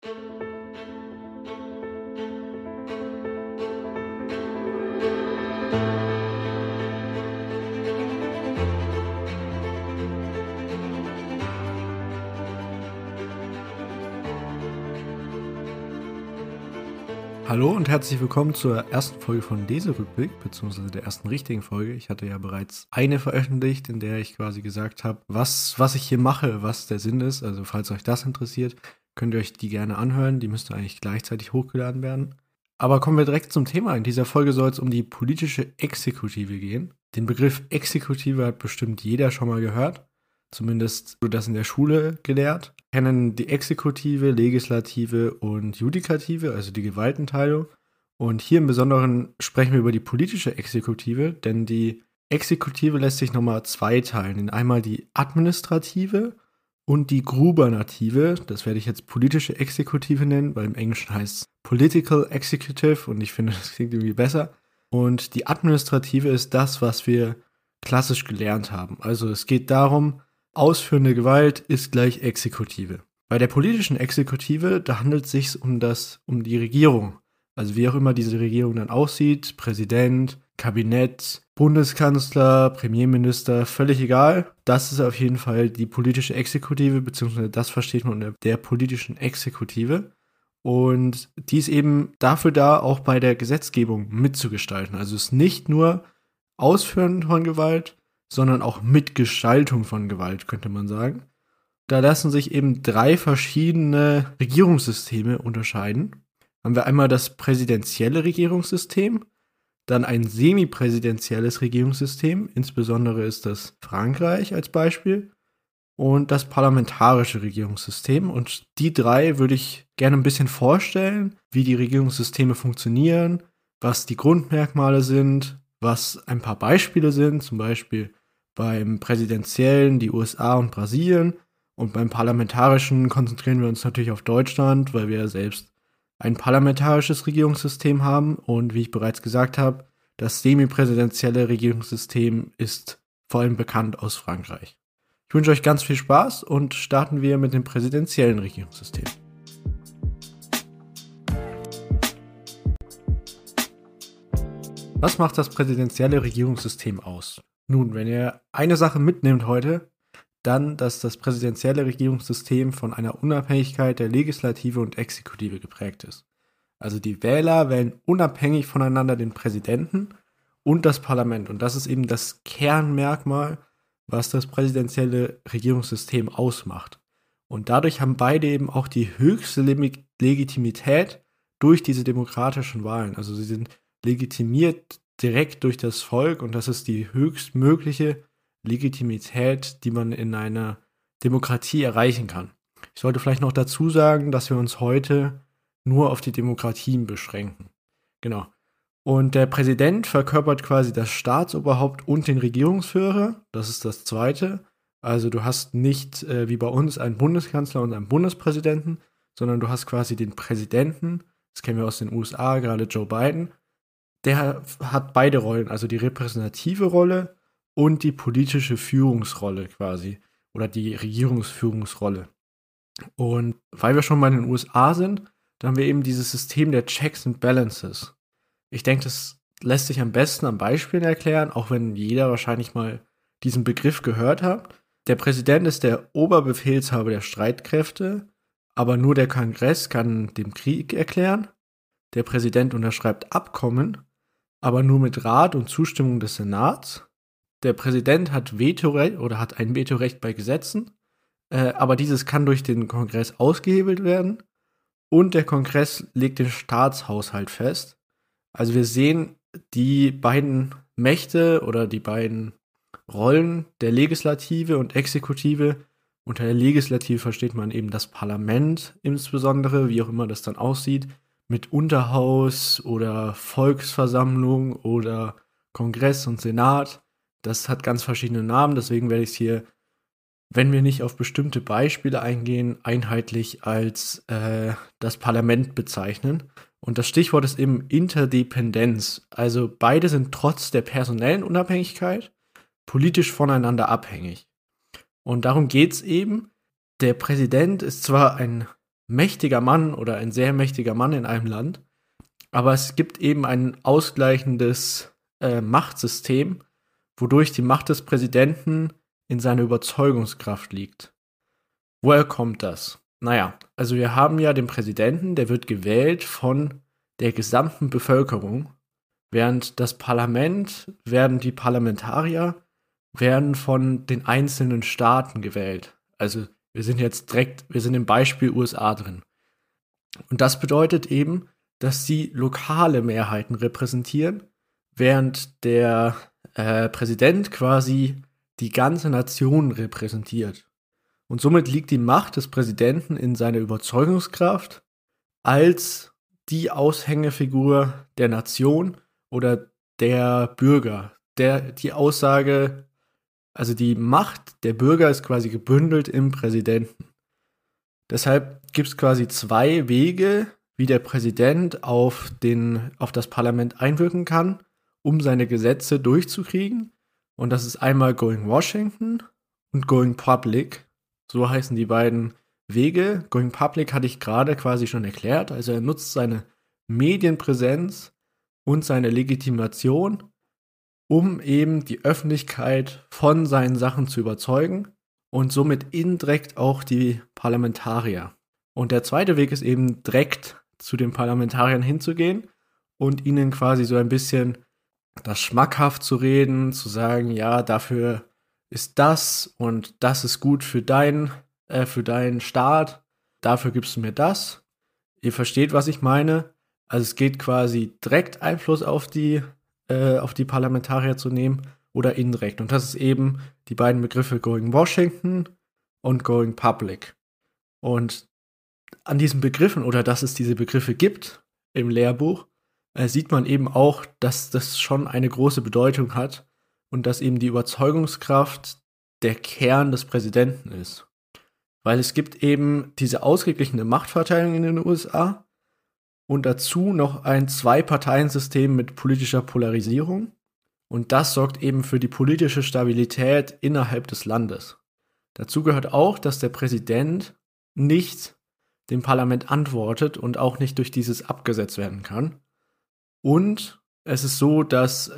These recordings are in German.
Hallo und herzlich willkommen zur ersten Folge von Leserückblick, beziehungsweise der ersten richtigen Folge. Ich hatte ja bereits eine veröffentlicht, in der ich quasi gesagt habe, was ich hier mache, was der Sinn ist. Also falls euch das interessiert, könnt ihr euch die gerne anhören. Die müsste eigentlich gleichzeitig hochgeladen werden. Aber kommen wir direkt zum Thema. In dieser Folge soll es um die politische Exekutive gehen. Den Begriff Exekutive hat bestimmt jeder schon mal gehört. Zumindest wurde das in der Schule gelehrt. Wir kennen die Exekutive, Legislative und Judikative, also die Gewaltenteilung. Und hier im Besonderen sprechen wir über die politische Exekutive, denn die Exekutive lässt sich nochmal zweiteilen. In einmal die administrative und die gubernative. Das werde ich jetzt politische Exekutive nennen, weil im Englischen heißt es Political Executive und ich finde, das klingt irgendwie besser. Und die administrative ist das, was wir klassisch gelernt haben. Also es geht darum, ausführende Gewalt ist gleich Exekutive. Bei der politischen Exekutive, da handelt es sich um die Regierung. Also wie auch immer diese Regierung dann aussieht, Präsident, Kabinett, Bundeskanzler, Premierminister, völlig egal. Das ist auf jeden Fall die politische Exekutive, beziehungsweise das versteht man unter der politischen Exekutive. Und die ist eben dafür da, auch bei der Gesetzgebung mitzugestalten. Also es ist nicht nur Ausführen von Gewalt, sondern auch Mitgestaltung von Gewalt, könnte man sagen. Da lassen sich eben 3 verschiedene Regierungssysteme unterscheiden. Haben wir einmal das präsidentielle Regierungssystem, dann ein semipräsidentielles Regierungssystem, insbesondere ist das Frankreich als Beispiel, und das parlamentarische Regierungssystem. Und die 3 würde ich gerne ein bisschen vorstellen, wie die Regierungssysteme funktionieren, was die Grundmerkmale sind, was ein paar Beispiele sind, zum Beispiel beim präsidentiellen die USA und Brasilien, und beim parlamentarischen konzentrieren wir uns natürlich auf Deutschland, weil wir ja selbst ein parlamentarisches Regierungssystem haben und wie ich bereits gesagt habe, das semipräsidentielle Regierungssystem ist vor allem bekannt aus Frankreich. Ich wünsche euch ganz viel Spaß und starten wir mit dem präsidentiellen Regierungssystem. Was macht das präsidentielle Regierungssystem aus? Nun, wenn ihr eine Sache mitnehmt heute, dann, dass das präsidentielle Regierungssystem von einer Unabhängigkeit der Legislative und Exekutive geprägt ist. Also die Wähler wählen unabhängig voneinander den Präsidenten und das Parlament. Und das ist eben das Kernmerkmal, was das präsidentielle Regierungssystem ausmacht. Und dadurch haben beide eben auch die höchste Legitimität durch diese demokratischen Wahlen. Also sie sind legitimiert direkt durch das Volk und das ist die höchstmögliche Legitimität, die man in einer Demokratie erreichen kann. Ich sollte vielleicht noch dazu sagen, dass wir uns heute nur auf die Demokratien beschränken. Genau. Und der Präsident verkörpert quasi das Staatsoberhaupt und den Regierungsführer. Das ist das Zweite. Also du hast nicht wie bei uns einen Bundeskanzler und einen Bundespräsidenten, sondern du hast quasi den Präsidenten. Das kennen wir aus den USA, gerade Joe Biden. Der hat beide Rollen, also die repräsentative Rolle und die politische Führungsrolle quasi oder die Regierungsführungsrolle. Und weil wir schon mal in den USA sind, da haben wir eben dieses System der Checks and Balances. Ich denke, das lässt sich am besten am Beispiel erklären, auch wenn jeder wahrscheinlich mal diesen Begriff gehört hat. Der Präsident ist der Oberbefehlshaber der Streitkräfte, aber nur der Kongress kann den Krieg erklären. Der Präsident unterschreibt Abkommen, aber nur mit Rat und Zustimmung des Senats. Der Präsident hat Vetorecht oder hat ein Vetorecht bei Gesetzen, aber dieses kann durch den Kongress ausgehebelt werden und der Kongress legt den Staatshaushalt fest. Also wir sehen die beiden Mächte oder die beiden Rollen der Legislative und Exekutive. Unter der Legislative versteht man eben das Parlament insbesondere, wie auch immer das dann aussieht, mit Unterhaus oder Volksversammlung oder Kongress und Senat. Das hat ganz verschiedene Namen, deswegen werde ich es hier, wenn wir nicht auf bestimmte Beispiele eingehen, einheitlich als das Parlament bezeichnen. Und das Stichwort ist eben Interdependenz. Also beide sind trotz der personellen Unabhängigkeit politisch voneinander abhängig. Und darum geht es eben. Der Präsident ist zwar ein mächtiger Mann oder ein sehr mächtiger Mann in einem Land, aber es gibt eben ein ausgleichendes Machtsystem, wodurch die Macht des Präsidenten in seiner Überzeugungskraft liegt. Woher kommt das? Naja, also wir haben ja den Präsidenten, der wird gewählt von der gesamten Bevölkerung, während das Parlament, werden die Parlamentarier, werden von den einzelnen Staaten gewählt. Also wir sind im Beispiel USA drin. Und das bedeutet eben, dass sie lokale Mehrheiten repräsentieren, während der Präsident quasi die ganze Nation repräsentiert. Und somit liegt die Macht des Präsidenten in seiner Überzeugungskraft als die Aushängefigur der Nation oder der Bürger. Die Aussage, also die Macht der Bürger ist quasi gebündelt im Präsidenten. Deshalb gibt es quasi zwei Wege, wie der Präsident auf das Parlament einwirken kann, um seine Gesetze durchzukriegen. Und das ist einmal Going Washington und Going Public. So heißen die beiden Wege. Going Public hatte ich gerade quasi schon erklärt. Also er nutzt seine Medienpräsenz und seine Legitimation, um eben die Öffentlichkeit von seinen Sachen zu überzeugen und somit indirekt auch die Parlamentarier. Und der zweite Weg ist eben direkt zu den Parlamentariern hinzugehen und ihnen quasi so ein bisschen das schmackhaft zu reden, zu sagen, ja, dafür ist das und das ist gut für deinen Staat, dafür gibst du mir das. Ihr versteht, was ich meine. Also es geht quasi direkt Einfluss auf die Parlamentarier zu nehmen oder indirekt. Und das ist eben die beiden Begriffe Going Washington und Going Public. Und an diesen Begriffen oder dass es diese Begriffe gibt im Lehrbuch, sieht man eben auch, dass das schon eine große Bedeutung hat und dass eben die Überzeugungskraft der Kern des Präsidenten ist. Weil es gibt eben diese ausgeglichene Machtverteilung in den USA und dazu noch ein Zwei-Parteien-System mit politischer Polarisierung. Und das sorgt eben für die politische Stabilität innerhalb des Landes. Dazu gehört auch, dass der Präsident nicht dem Parlament antwortet und auch nicht durch dieses abgesetzt werden kann. Und es ist so, dass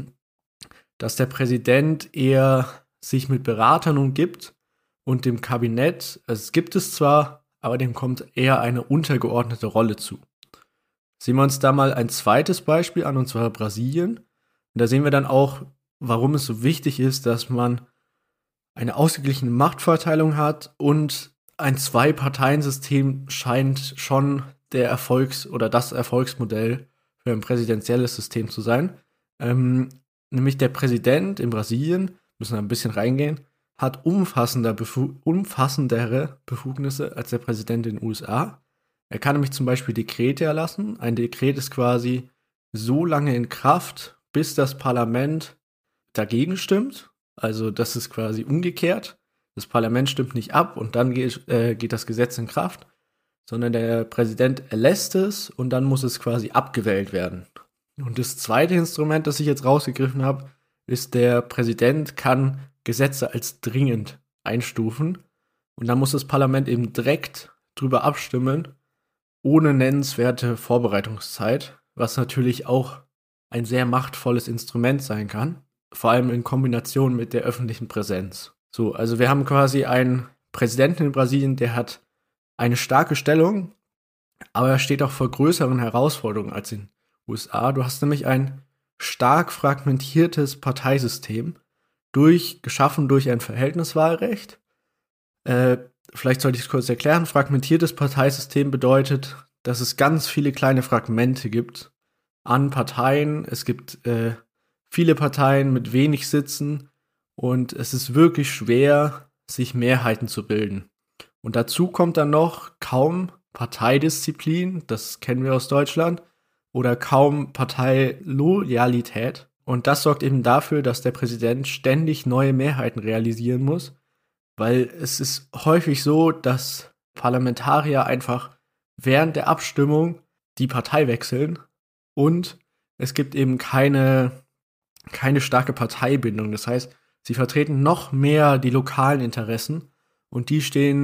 der Präsident eher sich mit Beratern umgibt und dem Kabinett, es gibt es zwar, aber dem kommt eher eine untergeordnete Rolle zu. Sehen wir uns da mal ein zweites Beispiel an, und zwar Brasilien. Und da sehen wir dann auch, warum es so wichtig ist, dass man eine ausgeglichene Machtverteilung hat und ein Zwei-Parteien-System scheint schon das Erfolgsmodell für ein präsidentielles System zu sein. Nämlich der Präsident in Brasilien, müssen wir ein bisschen reingehen, hat umfassendere Befugnisse als der Präsident in den USA. Er kann nämlich zum Beispiel Dekrete erlassen. Ein Dekret ist quasi so lange in Kraft, bis das Parlament dagegen stimmt. Also das ist quasi umgekehrt. Das Parlament stimmt nicht ab und dann geht das Gesetz in Kraft, sondern der Präsident erlässt es und dann muss es quasi abgewählt werden. Und das zweite Instrument, das ich jetzt rausgegriffen habe, ist, der Präsident kann Gesetze als dringend einstufen und dann muss das Parlament eben direkt drüber abstimmen, ohne nennenswerte Vorbereitungszeit, was natürlich auch ein sehr machtvolles Instrument sein kann, vor allem in Kombination mit der öffentlichen Präsenz. So, also wir haben quasi einen Präsidenten in Brasilien, der hat eine starke Stellung, aber er steht auch vor größeren Herausforderungen als in den USA. Du hast nämlich ein stark fragmentiertes Parteisystem, geschaffen durch ein Verhältniswahlrecht. Vielleicht sollte ich es kurz erklären. Fragmentiertes Parteisystem bedeutet, dass es ganz viele kleine Fragmente gibt an Parteien. Es gibt viele Parteien mit wenig Sitzen und es ist wirklich schwer, sich Mehrheiten zu bilden. Und dazu kommt dann noch kaum Parteidisziplin, das kennen wir aus Deutschland, oder kaum Parteiloyalität. Und das sorgt eben dafür, dass der Präsident ständig neue Mehrheiten realisieren muss, weil es ist häufig so, dass Parlamentarier einfach während der Abstimmung die Partei wechseln und es gibt eben keine starke Parteibindung. Das heißt, sie vertreten noch mehr die lokalen Interessen und die stehen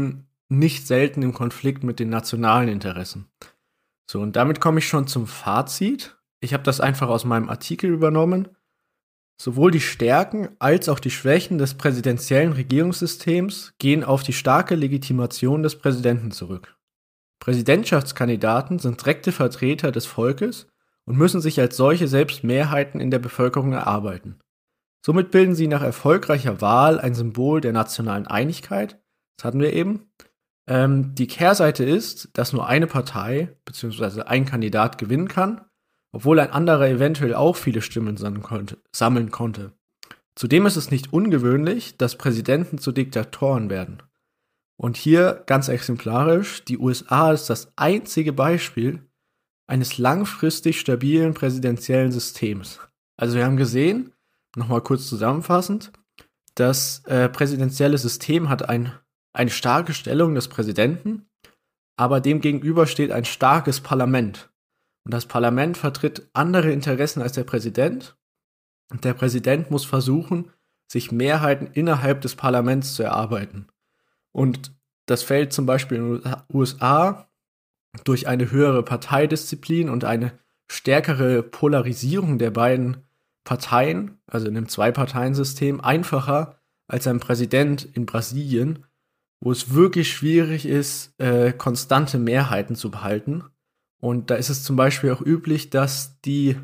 nicht selten im Konflikt mit den nationalen Interessen. So, und damit komme ich schon zum Fazit. Ich habe das einfach aus meinem Artikel übernommen. Sowohl die Stärken als auch die Schwächen des präsidentiellen Regierungssystems gehen auf die starke Legitimation des Präsidenten zurück. Präsidentschaftskandidaten sind direkte Vertreter des Volkes und müssen sich als solche selbst Mehrheiten in der Bevölkerung erarbeiten. Somit bilden sie nach erfolgreicher Wahl ein Symbol der nationalen Einigkeit. Das hatten wir eben. Die Kehrseite ist, dass nur eine Partei bzw. ein Kandidat gewinnen kann, obwohl ein anderer eventuell auch viele Stimmen sammeln konnte. Zudem ist es nicht ungewöhnlich, dass Präsidenten zu Diktatoren werden. Und hier ganz exemplarisch, die USA ist das einzige Beispiel eines langfristig stabilen präsidentiellen Systems. Also wir haben gesehen, nochmal kurz zusammenfassend, das präsidentielle System hat eine starke Stellung des Präsidenten, aber dem gegenüber steht ein starkes Parlament. Und das Parlament vertritt andere Interessen als der Präsident. Und der Präsident muss versuchen, sich Mehrheiten innerhalb des Parlaments zu erarbeiten. Und das fällt zum Beispiel in den USA durch eine höhere Parteidisziplin und eine stärkere Polarisierung der beiden Parteien, also in einem Zwei-Parteien-System, einfacher als ein Präsident in Brasilien, wo es wirklich schwierig ist, konstante Mehrheiten zu behalten. Und da ist es zum Beispiel auch üblich, dass die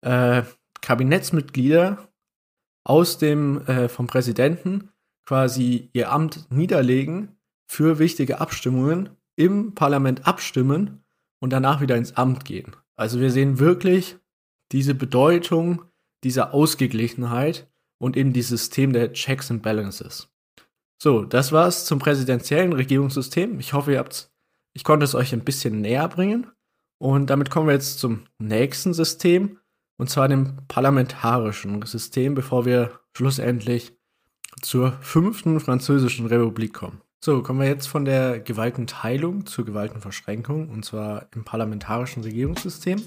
Kabinettsmitglieder vom Präsidenten quasi ihr Amt niederlegen, für wichtige Abstimmungen im Parlament abstimmen und danach wieder ins Amt gehen. Also wir sehen wirklich diese Bedeutung dieser Ausgeglichenheit und eben dieses System der Checks and Balances. So, das war's zum präsidentiellen Regierungssystem. Ich hoffe, ich konnte es euch ein bisschen näher bringen. Und damit kommen wir jetzt zum nächsten System, und zwar dem parlamentarischen System, bevor wir schlussendlich zur 5. Französischen Republik kommen. So, kommen wir jetzt von der Gewaltenteilung zur Gewaltenverschränkung, und zwar im parlamentarischen Regierungssystem.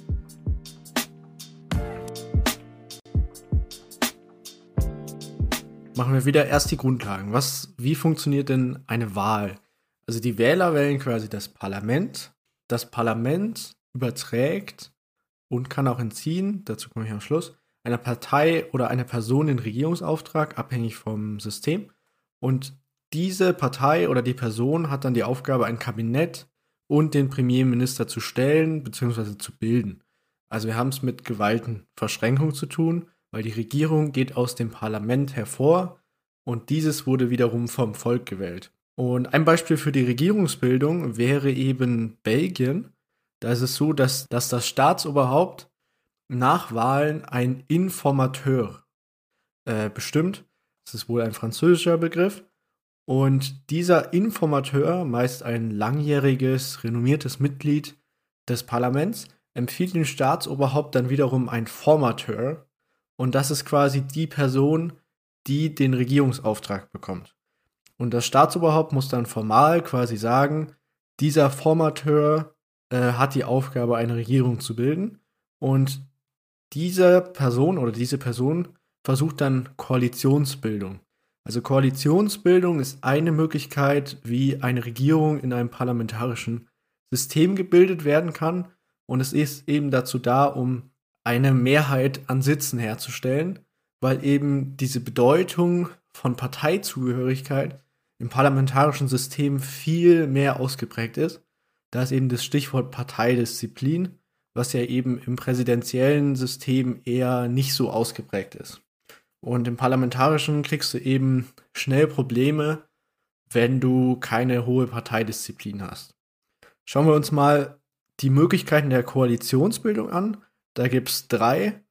Machen wir wieder erst die Grundlagen. Wie funktioniert denn eine Wahl? Also die Wähler wählen quasi das Parlament. Das Parlament überträgt und kann auch entziehen, dazu komme ich am Schluss, einer Partei oder einer Person den Regierungsauftrag, abhängig vom System. Und diese Partei oder die Person hat dann die Aufgabe, ein Kabinett und den Premierminister zu stellen bzw. zu bilden. Also wir haben es mit Gewaltenverschränkung zu tun, weil die Regierung geht aus dem Parlament hervor und dieses wurde wiederum vom Volk gewählt. Und ein Beispiel für die Regierungsbildung wäre eben Belgien. Da ist es so, dass das Staatsoberhaupt nach Wahlen ein Informateur bestimmt. Das ist wohl ein französischer Begriff. Und dieser Informateur, meist ein langjähriges, renommiertes Mitglied des Parlaments, empfiehlt dem Staatsoberhaupt dann wiederum ein Formateur. Und das ist quasi die Person, die den Regierungsauftrag bekommt. Und das Staatsoberhaupt muss dann formal quasi sagen, dieser Formateur hat die Aufgabe, eine Regierung zu bilden. Und diese Person versucht dann Koalitionsbildung. Also Koalitionsbildung ist eine Möglichkeit, wie eine Regierung in einem parlamentarischen System gebildet werden kann. Und es ist eben dazu da, um eine Mehrheit an Sitzen herzustellen, weil eben diese Bedeutung von Parteizugehörigkeit im parlamentarischen System viel mehr ausgeprägt ist. Da ist eben das Stichwort Parteidisziplin, was ja eben im präsidentiellen System eher nicht so ausgeprägt ist. Und im parlamentarischen kriegst du eben schnell Probleme, wenn du keine hohe Parteidisziplin hast. Schauen wir uns mal die Möglichkeiten der Koalitionsbildung an. Da gibt es 3.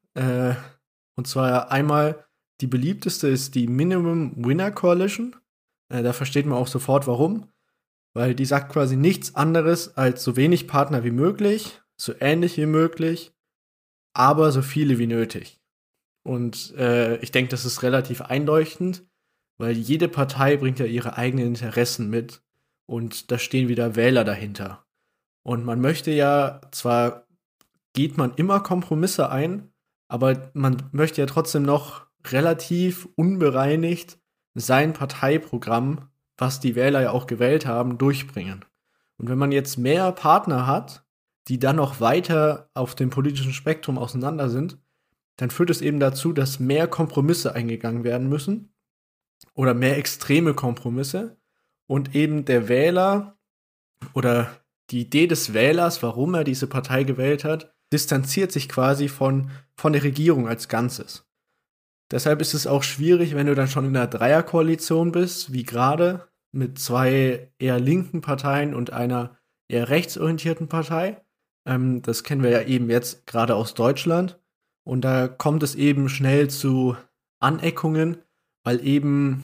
Und zwar einmal die beliebteste ist die Minimum Winner Coalition. Da versteht man auch sofort warum. Weil die sagt quasi nichts anderes als so wenig Partner wie möglich, so ähnlich wie möglich, aber so viele wie nötig. Und ich denke, das ist relativ einleuchtend, weil jede Partei bringt ja ihre eigenen Interessen mit und da stehen wieder Wähler dahinter. Und man möchte ja, zwar geht man immer Kompromisse ein, aber man möchte ja trotzdem noch relativ unbereinigt sein Parteiprogramm was die Wähler ja auch gewählt haben, durchbringen. Und wenn man jetzt mehr Partner hat, die dann noch weiter auf dem politischen Spektrum auseinander sind, dann führt es eben dazu, dass mehr Kompromisse eingegangen werden müssen oder mehr extreme Kompromisse und eben der Wähler oder die Idee des Wählers, warum er diese Partei gewählt hat, distanziert sich quasi von der Regierung als Ganzes. Deshalb ist es auch schwierig, wenn du dann schon in einer Dreierkoalition bist, wie gerade, mit zwei eher linken Parteien und einer eher rechtsorientierten Partei. Das kennen wir ja eben jetzt gerade aus Deutschland. Und da kommt es eben schnell zu Aneckungen, weil eben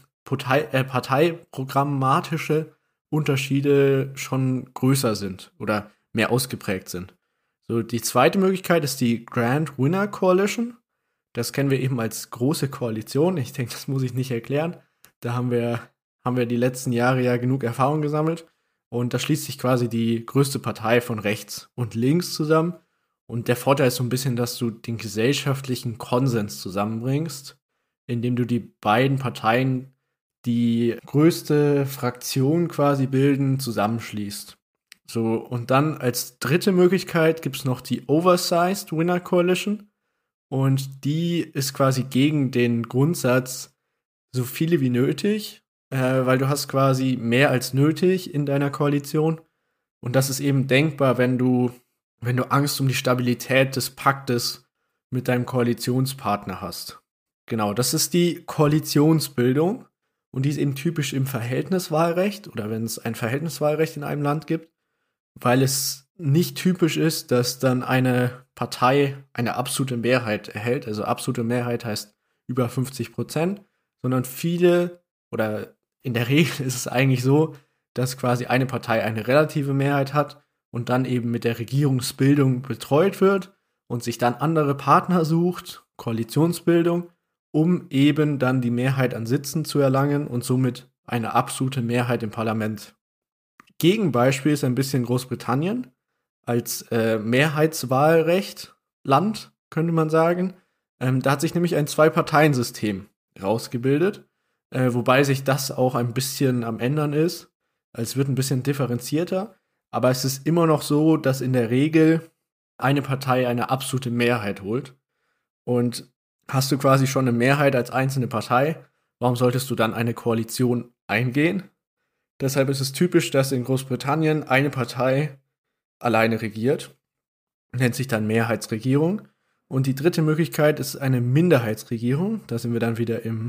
parteiprogrammatische Unterschiede schon größer sind oder mehr ausgeprägt sind. So, die zweite Möglichkeit ist die Grand Winner Coalition. Das kennen wir eben als große Koalition. Ich denke, das muss ich nicht erklären. Da haben wir die letzten Jahre ja genug Erfahrung gesammelt. Und da schließt sich quasi die größte Partei von rechts und links zusammen. Und der Vorteil ist so ein bisschen, dass du den gesellschaftlichen Konsens zusammenbringst, indem du die beiden Parteien, die größte Fraktion quasi bilden, zusammenschließt. So, und dann als dritte Möglichkeit gibt es noch die Oversized Winner Coalition. Und die ist quasi gegen den Grundsatz, so viele wie nötig, weil du hast quasi mehr als nötig in deiner Koalition. Und das ist eben denkbar, wenn du Angst um die Stabilität des Paktes mit deinem Koalitionspartner hast. Genau, das ist die Koalitionsbildung. Und die ist eben typisch im Verhältniswahlrecht oder wenn es ein Verhältniswahlrecht in einem Land gibt, weil es nicht typisch ist, dass dann eine Partei eine absolute Mehrheit erhält. Also absolute Mehrheit heißt über 50%, sondern viele oder in der Regel ist es eigentlich so, dass quasi eine Partei eine relative Mehrheit hat und dann eben mit der Regierungsbildung betreut wird und sich dann andere Partner sucht, Koalitionsbildung, um eben dann die Mehrheit an Sitzen zu erlangen und somit eine absolute Mehrheit im Parlament. Gegenbeispiel ist ein bisschen Großbritannien als Mehrheitswahlrecht Land, könnte man sagen. Da hat sich nämlich ein Zwei-Parteien-System rausgebildet, wobei sich das auch ein bisschen am Ändern ist. Es wird ein bisschen differenzierter, aber es ist immer noch so, dass in der Regel eine Partei eine absolute Mehrheit holt. Und hast du quasi schon eine Mehrheit als einzelne Partei, warum solltest du dann eine Koalition eingehen? Deshalb ist es typisch, dass in Großbritannien eine Partei alleine regiert, nennt sich dann Mehrheitsregierung. Und die dritte Möglichkeit ist eine Minderheitsregierung. Da sind wir dann wieder im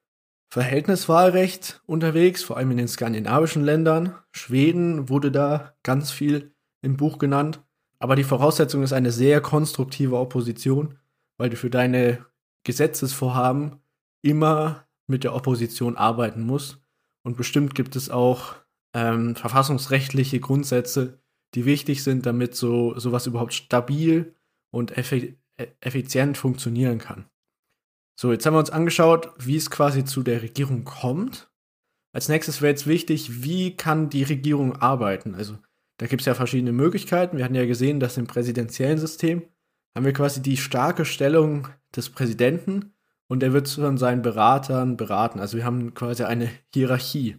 Verhältniswahlrecht unterwegs, vor allem in den skandinavischen Ländern. Schweden wurde da ganz viel im Buch genannt. Aber die Voraussetzung ist eine sehr konstruktive Opposition, weil du für deine Gesetzesvorhaben immer mit der Opposition arbeiten musst. Und bestimmt gibt es auch verfassungsrechtliche Grundsätze, die wichtig sind, damit sowas überhaupt stabil und effizient funktionieren kann. So, jetzt haben wir uns angeschaut, wie es quasi zu der Regierung kommt. Als nächstes wäre jetzt wichtig, wie kann die Regierung arbeiten? Also, da gibt es ja verschiedene Möglichkeiten. Wir hatten ja gesehen, dass im präsidentiellen System haben wir quasi die starke Stellung des Präsidenten und er wird von seinen Beratern beraten. Also wir haben quasi eine Hierarchie.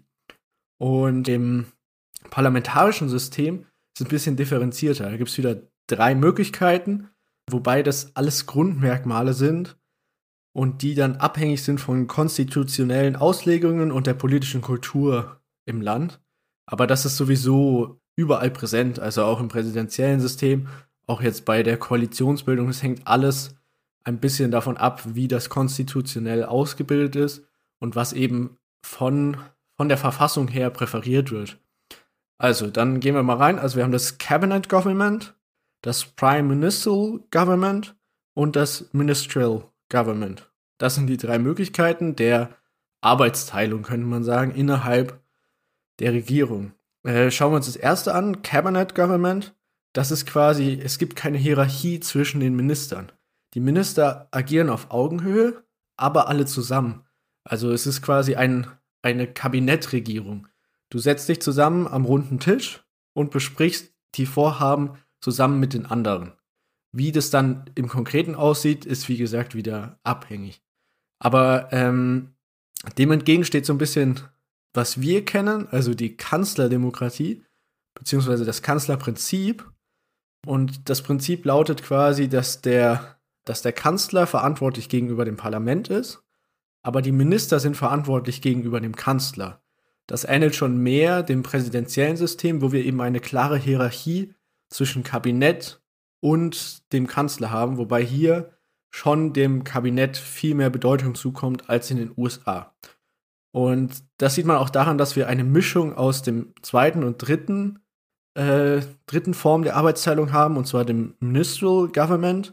Und im parlamentarischen System ist es ein bisschen differenzierter. Da gibt es wieder 3 Möglichkeiten, wobei das alles Grundmerkmale sind und die dann abhängig sind von konstitutionellen Auslegungen und der politischen Kultur im Land. Aber das ist sowieso überall präsent, also auch im präsidentiellen System, auch jetzt bei der Koalitionsbildung. Es hängt alles ein bisschen davon ab, wie das konstitutionell ausgebildet ist und was eben von der Verfassung her präferiert wird. Also, dann gehen wir mal rein. Also, wir haben das Cabinet Government, das Prime Ministerial Government und das Ministerial Government. Das sind die 3 Möglichkeiten der Arbeitsteilung, könnte man sagen, innerhalb der Regierung. Schauen wir uns das erste an, Cabinet Government. Das ist quasi, es gibt keine Hierarchie zwischen den Ministern. Die Minister agieren auf Augenhöhe, aber alle zusammen. Also es ist quasi eine Kabinettregierung. Du setzt dich zusammen am runden Tisch und besprichst die Vorhaben zusammen mit den anderen. Wie das dann im Konkreten aussieht, ist wie gesagt wieder abhängig. Aber dem entgegen steht so ein bisschen was wir kennen, also die Kanzlerdemokratie, beziehungsweise das Kanzlerprinzip. Und das Prinzip lautet quasi, dass der Kanzler verantwortlich gegenüber dem Parlament ist, aber die Minister sind verantwortlich gegenüber dem Kanzler. Das ähnelt schon mehr dem präsidentiellen System, wo wir eben eine klare Hierarchie zwischen Kabinett und dem Kanzler haben, wobei hier schon dem Kabinett viel mehr Bedeutung zukommt als in den USA. Und das sieht man auch daran, dass wir eine Mischung aus dem zweiten und dritten Form der Arbeitsteilung haben, und zwar dem Ministerial Government,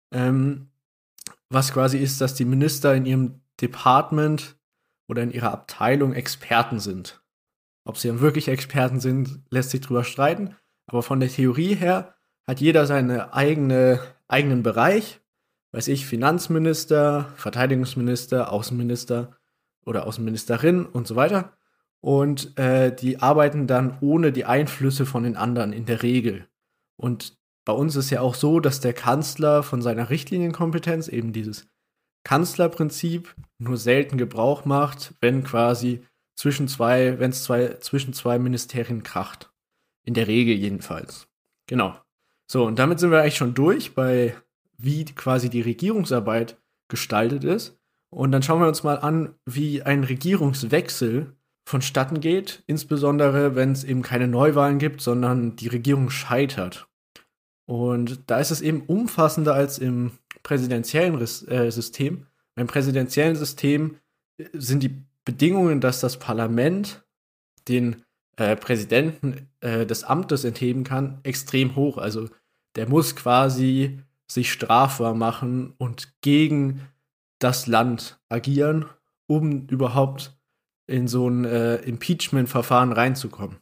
was quasi ist, dass die Minister in ihrem Department oder in ihrer Abteilung Experten sind. Ob sie dann wirklich Experten sind, lässt sich drüber streiten, aber von der Theorie her hat jeder seinen eigenen Bereich, weiß ich, Finanzminister, Verteidigungsminister, Außenminister oder Außenministerin und so weiter. Und die arbeiten dann ohne die Einflüsse von den anderen in der Regel. Und bei uns ist ja auch so, dass der Kanzler von seiner Richtlinienkompetenz, eben dieses Kanzlerprinzip, nur selten Gebrauch macht, wenn quasi zwischen zwei Ministerien kracht. In der Regel jedenfalls. Genau. So, und damit sind wir eigentlich schon durch bei, wie quasi die Regierungsarbeit gestaltet ist. Und dann schauen wir uns mal an, wie ein Regierungswechsel vonstatten geht, insbesondere wenn es eben keine Neuwahlen gibt, sondern die Regierung scheitert. Und da ist es eben umfassender als im präsidentiellen System. Beim präsidentiellen System sind die Bedingungen, dass das Parlament den Präsidenten des Amtes entheben kann, extrem hoch. Also der muss quasi sich strafbar machen und gegen das Land agieren, um überhaupt in so ein Impeachment-Verfahren reinzukommen.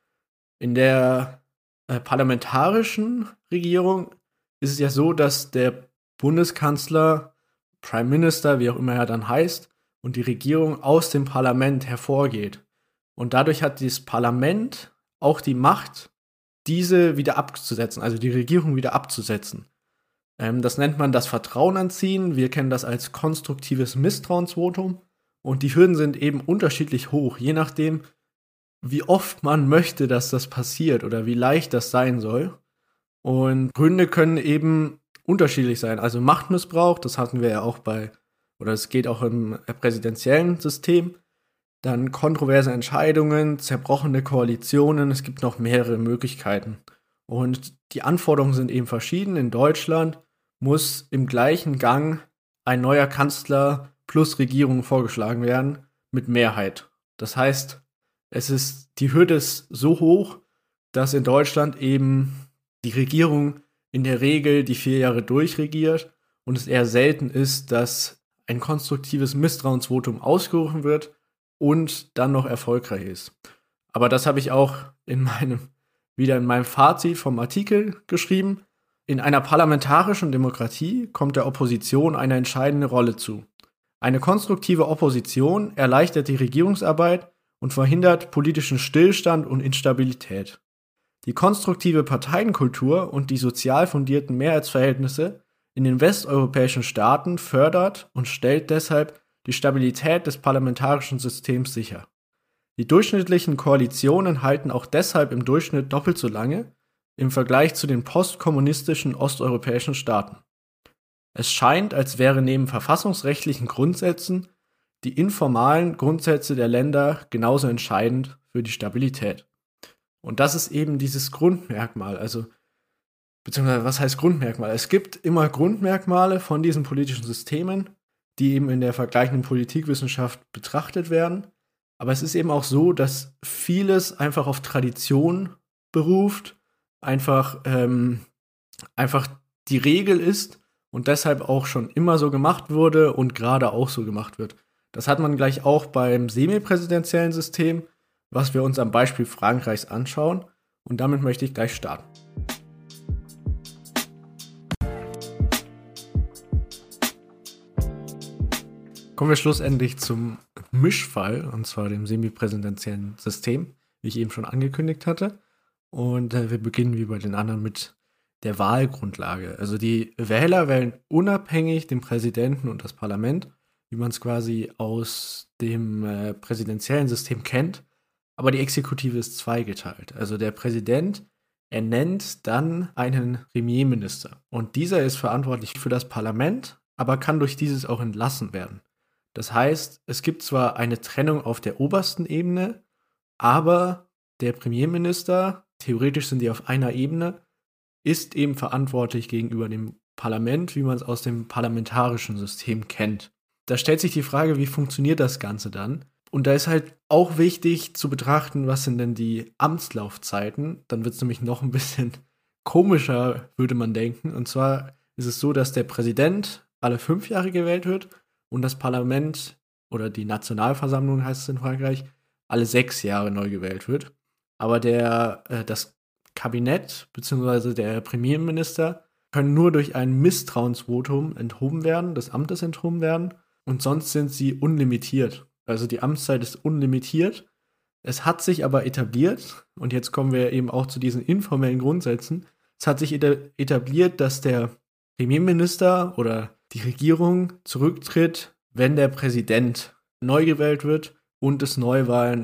In der parlamentarischen Regierung ist es ja so, dass der Bundeskanzler, Prime Minister, wie auch immer er dann heißt, und die Regierung aus dem Parlament hervorgeht. Und dadurch hat das Parlament auch die Macht, diese wieder abzusetzen, also die Regierung wieder abzusetzen. Das nennt man das Vertrauen anziehen. Wir kennen das als konstruktives Misstrauensvotum. Und die Hürden sind eben unterschiedlich hoch, je nachdem, wie oft man möchte, dass das passiert oder wie leicht das sein soll. Und Gründe können eben unterschiedlich sein. Also Machtmissbrauch, das hatten wir ja auch oder es geht auch im präsidentiellen System. Dann kontroverse Entscheidungen, zerbrochene Koalitionen, es gibt noch mehrere Möglichkeiten. Und die Anforderungen sind eben verschieden. In Deutschland muss im gleichen Gang ein neuer Kanzler plus Regierung vorgeschlagen werden mit Mehrheit. Das heißt, die Hürde ist so hoch, dass in Deutschland eben die Regierung in der Regel die 4 Jahre durchregiert und es eher selten ist, dass ein konstruktives Misstrauensvotum ausgerufen wird und dann noch erfolgreich ist. Aber das habe ich auch wieder in meinem Fazit vom Artikel geschrieben. In einer parlamentarischen Demokratie kommt der Opposition eine entscheidende Rolle zu. Eine konstruktive Opposition erleichtert die Regierungsarbeit und verhindert politischen Stillstand und Instabilität. Die konstruktive Parteienkultur und die sozial fundierten Mehrheitsverhältnisse in den westeuropäischen Staaten fördert und stellt deshalb die Stabilität des parlamentarischen Systems sicher. Die durchschnittlichen Koalitionen halten auch deshalb im Durchschnitt doppelt so lange im Vergleich zu den postkommunistischen osteuropäischen Staaten. Es scheint, als wäre neben verfassungsrechtlichen Grundsätzen die informalen Grundsätze der Länder genauso entscheidend für die Stabilität. Und das ist eben dieses Grundmerkmal, beziehungsweise was heißt Grundmerkmal? Es gibt immer Grundmerkmale von diesen politischen Systemen, die eben in der vergleichenden Politikwissenschaft betrachtet werden. Aber es ist eben auch so, dass vieles einfach auf Tradition beruft, einfach die Regel ist und deshalb auch schon immer so gemacht wurde und gerade auch so gemacht wird. Das hat man gleich auch beim semipräsidentiellen System, was wir uns am Beispiel Frankreichs anschauen. Und damit möchte ich gleich starten. Kommen wir schlussendlich zum Mischfall, und zwar dem semipräsidentiellen System, wie ich eben schon angekündigt hatte. Und wir beginnen wie bei den anderen mit der Wahlgrundlage. Also die Wähler wählen unabhängig den Präsidenten und das Parlament. wie man es quasi aus dem präsidentiellen System kennt. Aber die Exekutive ist zweigeteilt. Also der Präsident ernennt dann einen Premierminister. Und dieser ist verantwortlich für das Parlament, aber kann durch dieses auch entlassen werden. Das heißt, es gibt zwar eine Trennung auf der obersten Ebene, aber der Premierminister, theoretisch sind die auf einer Ebene, ist eben verantwortlich gegenüber dem Parlament, wie man es aus dem parlamentarischen System kennt. Da stellt sich die Frage, wie funktioniert das Ganze dann? Und da ist halt auch wichtig zu betrachten, was sind denn die Amtslaufzeiten. Dann wird es nämlich noch ein bisschen komischer, würde man denken. Und zwar ist es so, dass der Präsident alle 5 Jahre gewählt wird und das Parlament oder die Nationalversammlung heißt es in Frankreich, alle 6 Jahre neu gewählt wird. Aber das Kabinett bzw. der Premierminister können nur durch ein Misstrauensvotum enthoben werden, des Amtes enthoben werden und sonst sind sie unlimitiert. Also die Amtszeit ist unlimitiert. Es hat sich aber etabliert, und jetzt kommen wir eben auch zu diesen informellen Grundsätzen, es hat sich etabliert, dass der Premierminister oder die Regierung zurücktritt, wenn der Präsident neu gewählt wird und es Neuwahlen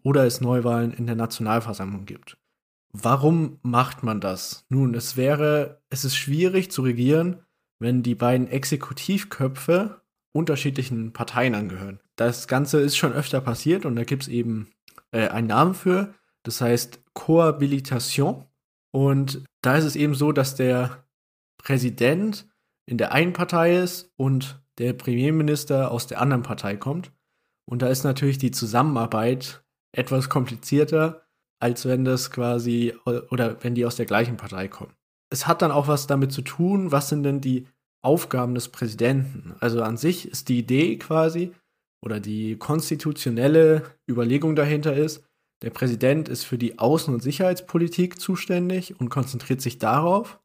in der Nationalversammlung gibt. Warum macht man das? Nun, es ist schwierig zu regieren, wenn die beiden Exekutivköpfe unterschiedlichen Parteien angehören. Das Ganze ist schon öfter passiert und da gibt es eben einen Namen für, das heißt Cohabitation. Und da ist es eben so, dass der Präsident in der einen Partei ist und der Premierminister aus der anderen Partei kommt. Und da ist natürlich die Zusammenarbeit etwas komplizierter, als wenn das quasi, oder wenn die aus der gleichen Partei kommen. Es hat dann auch was damit zu tun, was sind denn die Aufgaben des Präsidenten. Also an sich ist die Idee quasi, oder die konstitutionelle Überlegung dahinter ist, der Präsident ist für die Außen- und Sicherheitspolitik zuständig und konzentriert sich darauf.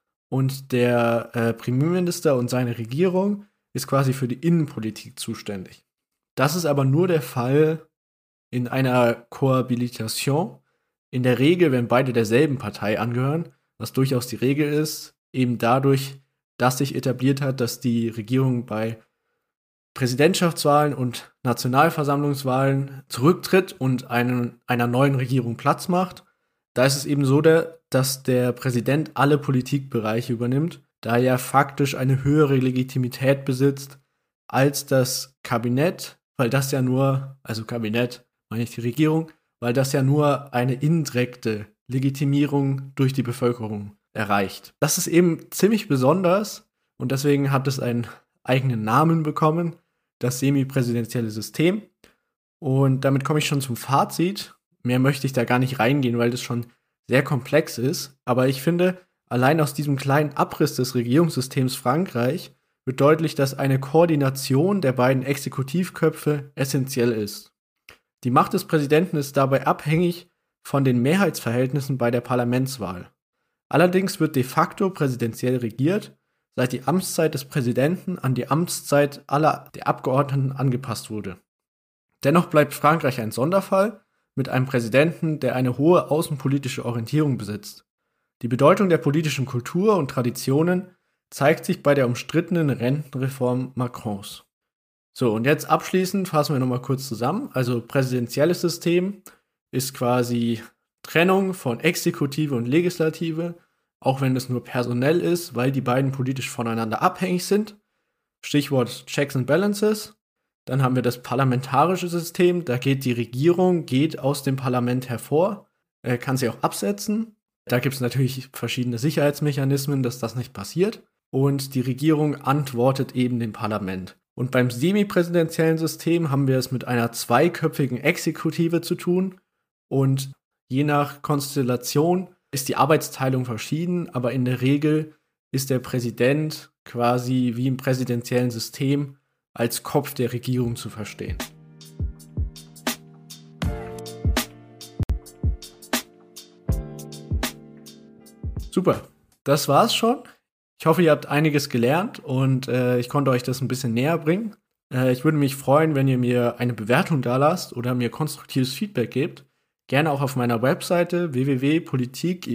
Und der Premierminister und seine Regierung ist quasi für die Innenpolitik zuständig. Das ist aber nur der Fall in einer Kohabitation. In der Regel, wenn beide derselben Partei angehören, was durchaus die Regel ist, eben dadurch, dass sich etabliert hat, dass die Regierung bei Präsidentschaftswahlen und Nationalversammlungswahlen zurücktritt und einer neuen Regierung Platz macht. Da ist es eben so, dass der Präsident alle Politikbereiche übernimmt, da er faktisch eine höhere Legitimität besitzt als das Kabinett, weil das ja nur, also Kabinett, meine ich die Regierung, weil das ja nur eine indirekte Legitimierung durch die Bevölkerung erreicht. Das ist eben ziemlich besonders und deswegen hat es einen eigenen Namen bekommen, das semipräsidentielle System. Und damit komme ich schon zum Fazit. Mehr möchte ich da gar nicht reingehen, weil das schon sehr komplex ist. Aber ich finde, allein aus diesem kleinen Abriss des Regierungssystems Frankreich wird deutlich, dass eine Koordination der beiden Exekutivköpfe essentiell ist. Die Macht des Präsidenten ist dabei abhängig von den Mehrheitsverhältnissen bei der Parlamentswahl. Allerdings wird de facto präsidentiell regiert, seit die Amtszeit des Präsidenten an die Amtszeit aller der Abgeordneten angepasst wurde. Dennoch bleibt Frankreich ein Sonderfall mit einem Präsidenten, der eine hohe außenpolitische Orientierung besitzt. Die Bedeutung der politischen Kultur und Traditionen zeigt sich bei der umstrittenen Rentenreform Macrons. So, und jetzt abschließend fassen wir nochmal kurz zusammen. Also präsidentielles System ist quasi Trennung von Exekutive und Legislative, auch wenn es nur personell ist, weil die beiden politisch voneinander abhängig sind. Stichwort Checks and Balances. Dann haben wir das parlamentarische System, da geht die Regierung aus dem Parlament hervor, kann sie auch absetzen. Da gibt es natürlich verschiedene Sicherheitsmechanismen, dass das nicht passiert. Und die Regierung antwortet eben dem Parlament. Und beim semipräsidentiellen System haben wir es mit einer zweiköpfigen Exekutive zu tun. Und je nach Konstellation ist die Arbeitsteilung verschieden, aber in der Regel ist der Präsident quasi wie im präsidentiellen System als Kopf der Regierung zu verstehen. Super, das war's schon. Ich hoffe, ihr habt einiges gelernt und ich konnte euch das ein bisschen näher bringen. Ich würde mich freuen, wenn ihr mir eine Bewertung dalasst oder mir konstruktives Feedback gebt. Gerne auch auf meiner Webseite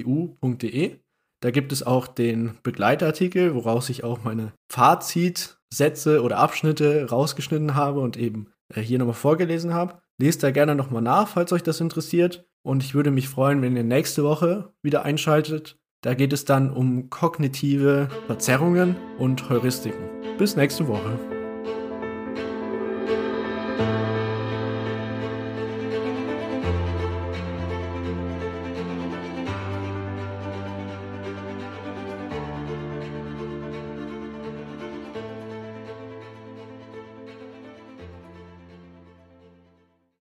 www.politikeu.de. Da gibt es auch den Begleitartikel, woraus ich auch meine Fazit Sätze oder Abschnitte rausgeschnitten habe und eben hier nochmal vorgelesen habe. Lest da gerne nochmal nach, falls euch das interessiert. Und ich würde mich freuen, wenn ihr nächste Woche wieder einschaltet. Da geht es dann um kognitive Verzerrungen und Heuristiken. Bis nächste Woche.